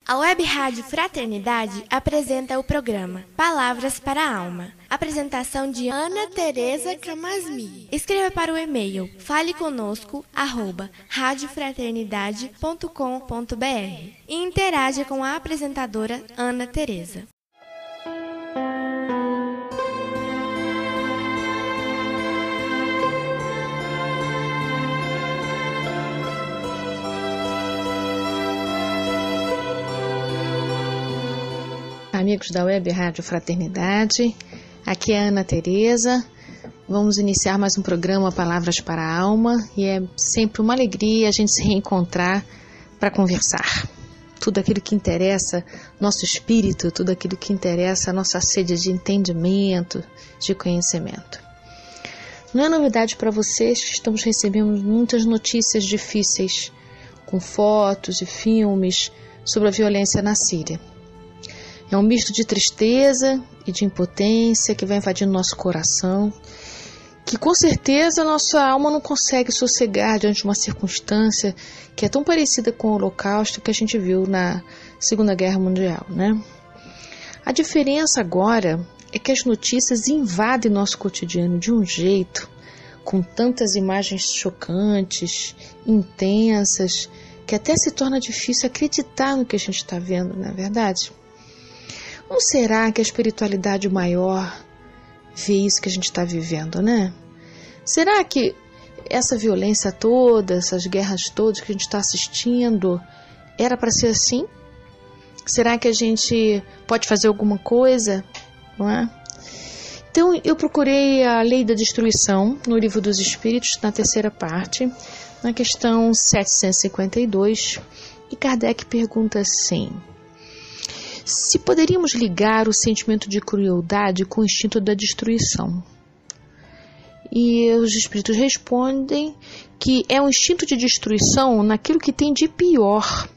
A Web Rádio Fraternidade apresenta o programa Palavras para a Alma. Apresentação de Ana Tereza Camasmi. Escreva para o e-mail faleconosco@radiofraternidade.com.br e interaja com a apresentadora Ana Tereza. Amigos da Web Rádio Fraternidade, aqui é a Ana Tereza. Vamos iniciar mais um programa Palavras para a Alma e é sempre uma alegria a gente se reencontrar para conversar. Tudo aquilo que interessa nosso espírito, tudo aquilo que interessa a nossa sede de entendimento, de conhecimento. Não é novidade para vocês que estamos recebendo muitas notícias difíceis, com fotos e filmes sobre a violência na Síria. É um misto de tristeza e de impotência que vai invadindo nosso coração, que com certeza nossa alma não consegue sossegar diante de uma circunstância que é tão parecida com o Holocausto que a gente viu na Segunda Guerra Mundial, né? A diferença agora é que as notícias invadem nosso cotidiano de um jeito, com tantas imagens chocantes, intensas, que até se torna difícil acreditar no que a gente está vendo, não é verdade? Não será que a espiritualidade maior vê isso que a gente está vivendo, né? Será que essa violência toda, essas guerras todas que a gente está assistindo, era para ser assim? Será que a gente pode fazer alguma coisa? Não é? Então, eu procurei a Lei da Destruição no Livro dos Espíritos, na terceira parte, na questão 752, e Kardec pergunta assim: se poderíamos ligar o sentimento de crueldade com o instinto da destruição? E os espíritos respondem que é um instinto de destruição naquilo que tem de pior.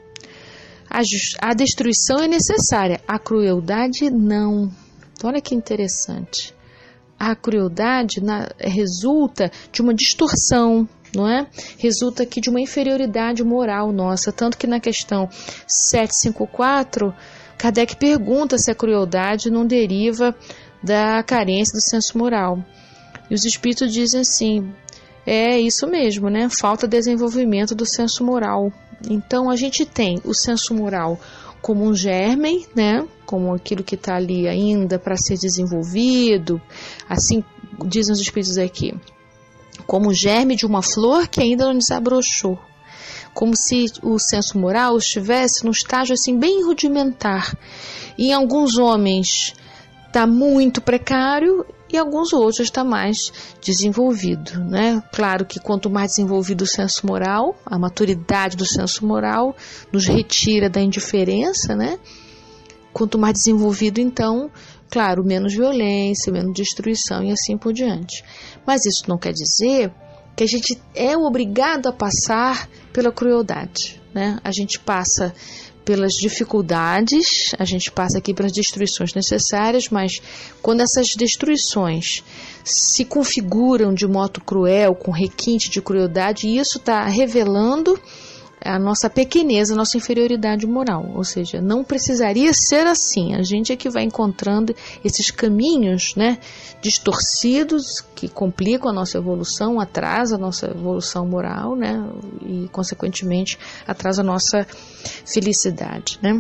A destruição é necessária, a crueldade não. Então, olha que interessante. A crueldade resulta de uma distorção, não é? Resulta aqui de uma inferioridade moral nossa, tanto que na questão 754, Kardec pergunta se a crueldade não deriva da carência do senso moral. E os espíritos dizem assim, é isso mesmo, né? Falta desenvolvimento do senso moral. Então a gente tem o senso moral como um germe, né? Como aquilo que está ali ainda para ser desenvolvido, assim dizem os espíritos aqui, como o germe de uma flor que ainda não desabrochou. Como se o senso moral estivesse num estágio assim bem rudimentar. E em alguns homens está muito precário e em alguns outros está mais desenvolvido, né? Claro que quanto mais desenvolvido o senso moral, a maturidade do senso moral nos retira da indiferença, né? Quanto mais desenvolvido, então, claro, menos violência, menos destruição e assim por diante. Mas isso não quer dizer que a gente é obrigado a passar pela crueldade, né? A gente passa pelas dificuldades, a gente passa aqui pelas destruições necessárias, mas quando essas destruições se configuram de modo cruel, com requinte de crueldade, isso está revelando a nossa pequenez, a nossa inferioridade moral, ou seja, não precisaria ser assim. A gente é que vai encontrando esses caminhos, né, distorcidos que complicam a nossa evolução, atrasa a nossa evolução moral, né, e consequentemente atrasa a nossa felicidade, né.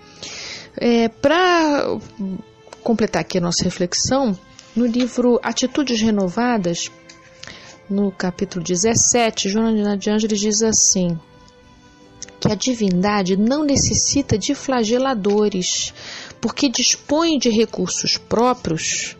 Para completar aqui a nossa reflexão, no livro Atitudes Renovadas, no capítulo 17, Joana de Ângeles diz assim, que a divindade não necessita de flageladores, porque dispõe de recursos próprios,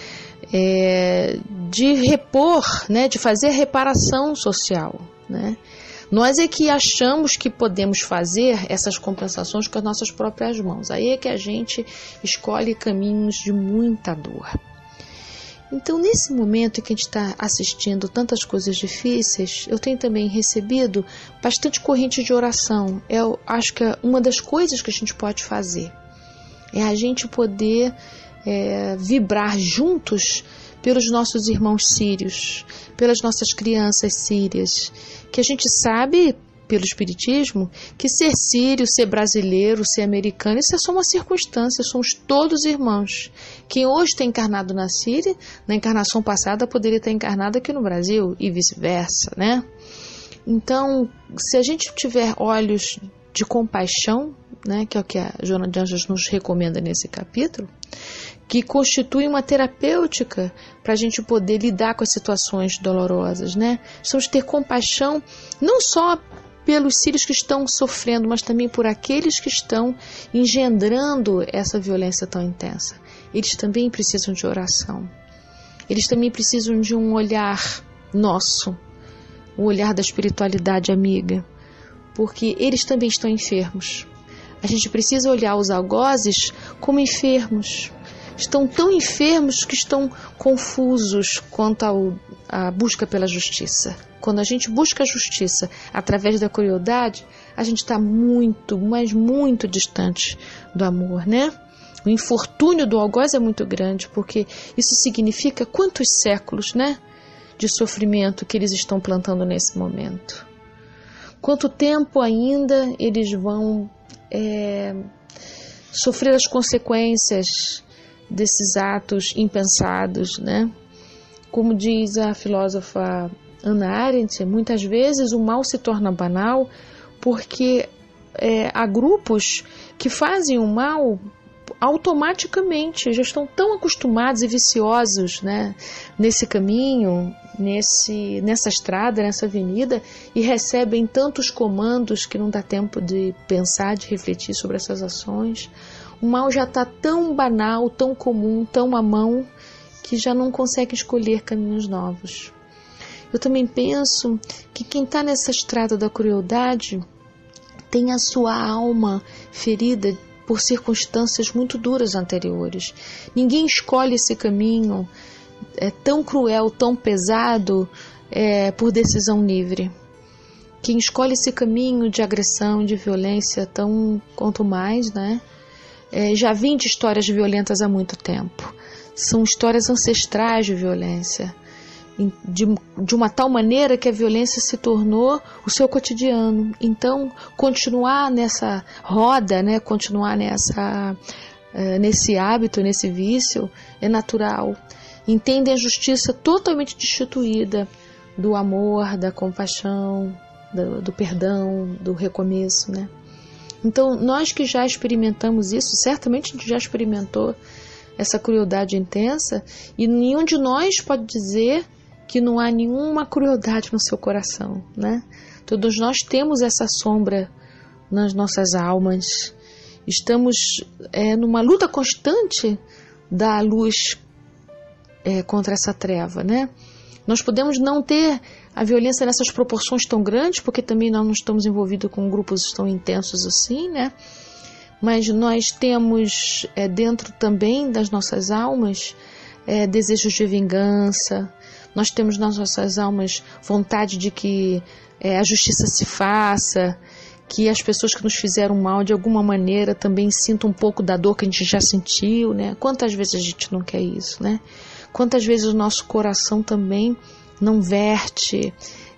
de repor, né, de fazer reparação social, né? Nós é que achamos que podemos fazer essas compensações com as nossas próprias mãos. Aí é que a gente escolhe caminhos de muita dor. Então, nesse momento em que a gente está assistindo tantas coisas difíceis, eu tenho também recebido bastante corrente de oração. Eu acho que uma das coisas que a gente pode fazer é a gente poder vibrar juntos pelos nossos irmãos sírios, pelas nossas crianças sírias, que a gente sabe pelo Espiritismo que ser sírio, ser brasileiro, ser americano, isso é só uma circunstância, somos todos irmãos. Quem hoje está encarnado na Síria, na encarnação passada poderia estar encarnado aqui no Brasil e vice-versa, né? Então, se a gente tiver olhos de compaixão, né, que é o que a Joana de Anjos nos recomenda nesse capítulo, que constitui uma terapêutica para a gente poder lidar com as situações dolorosas, né? Precisamos ter compaixão não só pelos sírios que estão sofrendo, mas também por aqueles que estão engendrando essa violência tão intensa. Eles também precisam de oração. Eles também precisam de um olhar nosso, o olhar da espiritualidade amiga, porque eles também estão enfermos. A gente precisa olhar os algozes como enfermos. Estão tão enfermos que estão confusos quanto à busca pela justiça. Quando a gente busca a justiça através da crueldade, a gente está muito, mas muito distante do amor, né? O infortúnio do algoz é muito grande, porque isso significa quantos séculos, né, de sofrimento que eles estão plantando nesse momento. Quanto tempo ainda eles vão sofrer as consequências desses atos impensados, né? Como diz a filósofa Hannah Arendt, muitas vezes o mal se torna banal porque há grupos que fazem o mal automaticamente, já estão tão acostumados e viciosos, né, nesse caminho, nessa estrada, nessa avenida, e recebem tantos comandos que não dá tempo de pensar, de refletir sobre essas ações. O mal já está tão banal, tão comum, tão à mão, que já não consegue escolher caminhos novos. Eu também penso que quem está nessa estrada da crueldade tem a sua alma ferida por circunstâncias muito duras anteriores. Ninguém escolhe esse caminho tão cruel, tão pesado, por decisão livre. Quem escolhe esse caminho de agressão, de violência, tão quanto mais, né? Já vem de histórias violentas há muito tempo. São histórias ancestrais de violência. De uma tal maneira que a violência se tornou o seu cotidiano. Então, continuar nessa roda, né, continuar nesse hábito, nesse vício, é natural. Entendem a justiça totalmente destituída do amor, da compaixão, do perdão, do recomeço, né? Então, nós que já experimentamos isso, certamente a gente já experimentou essa crueldade intensa, e nenhum de nós pode dizer que não há nenhuma crueldade no seu coração, né? Todos nós temos essa sombra nas nossas almas. Estamos numa luta constante da luz contra essa treva, né? Nós podemos não ter a violência nessas proporções tão grandes, porque também nós não estamos envolvidos com grupos tão intensos assim, né? Mas nós temos dentro também das nossas almas desejos de vingança. Nós temos nas nossas almas vontade de que a justiça se faça, que as pessoas que nos fizeram mal de alguma maneira também sintam um pouco da dor que a gente já sentiu, né? Quantas vezes a gente não quer isso, né? Quantas vezes o nosso coração também não verte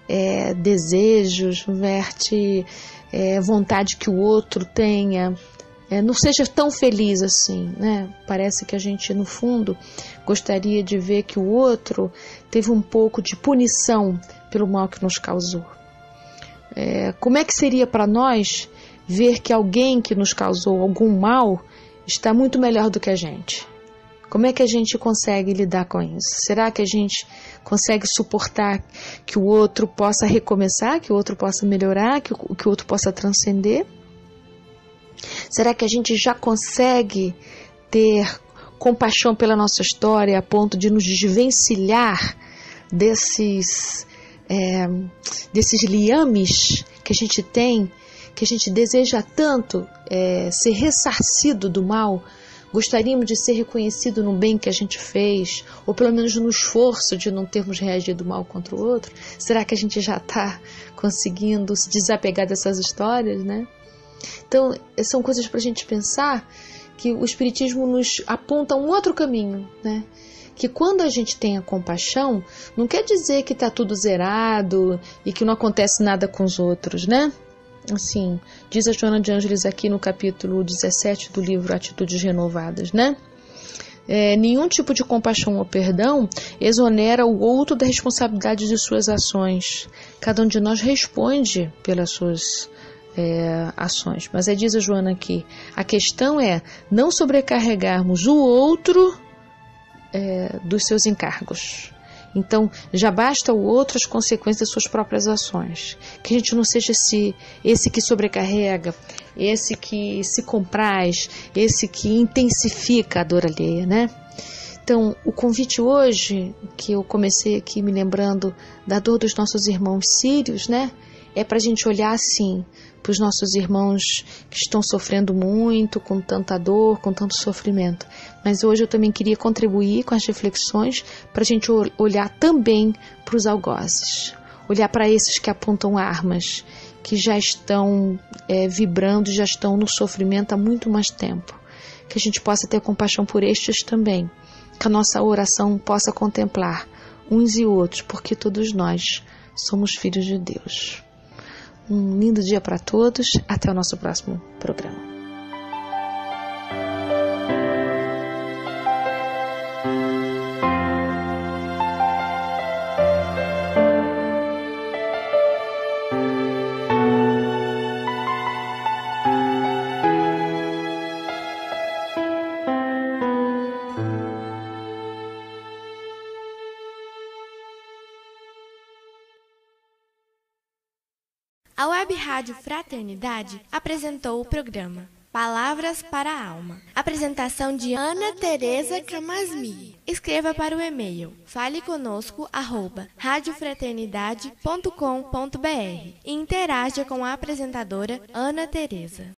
desejos, verte vontade que o outro tenha, não seja tão feliz assim, né? Parece que a gente, no fundo, gostaria de ver que o outro teve um pouco de punição pelo mal que nos causou. Como é que seria para nós ver que alguém que nos causou algum mal está muito melhor do que a gente? Como é que a gente consegue lidar com isso? Será que a gente consegue suportar que o outro possa recomeçar, que o outro possa melhorar, que o outro possa transcender? Será que a gente já consegue ter compaixão pela nossa história a ponto de nos desvencilhar desses liames que a gente tem, que a gente deseja tanto ser ressarcido do mal? Gostaríamos de ser reconhecido no bem que a gente fez, ou pelo menos no esforço de não termos reagido mal contra o outro? Será que a gente já está conseguindo se desapegar dessas histórias, né? Então, são coisas para a gente pensar, que o Espiritismo nos aponta um outro caminho, né? que quando a gente tem a compaixão, não quer dizer que está tudo zerado e que não acontece nada com os outros, né? Assim, diz a Joana de Ângeles aqui no capítulo 17 do livro Atitudes Renovadas, né? Nenhum tipo de compaixão ou perdão exonera o outro da responsabilidade de suas ações. Cada um de nós responde pelas suas ações. Mas diz a Joana aqui, a questão é não sobrecarregarmos o outro dos seus encargos. Então, já basta ao outro as consequências das suas próprias ações. Que a gente não seja esse que sobrecarrega, esse que se compraz, esse que intensifica a dor alheia, né? Então, o convite hoje, que eu comecei aqui me lembrando da dor dos nossos irmãos sírios, né? É para a gente olhar assim para os nossos irmãos que estão sofrendo muito, com tanta dor, com tanto sofrimento. Mas hoje eu também queria contribuir com as reflexões para a gente olhar também para os algozes, olhar para esses que apontam armas, que já estão vibrando, já estão no sofrimento há muito mais tempo. Que a gente possa ter compaixão por estes também, que a nossa oração possa contemplar uns e outros, porque todos nós somos filhos de Deus. Um lindo dia para todos. Até o nosso próximo programa. A Web Rádio Fraternidade apresentou o programa Palavras para a Alma. Apresentação de Ana Tereza Camasmi. Escreva para o e-mail faleconosco@radiofraternidade.com.br e interaja com a apresentadora Ana Tereza.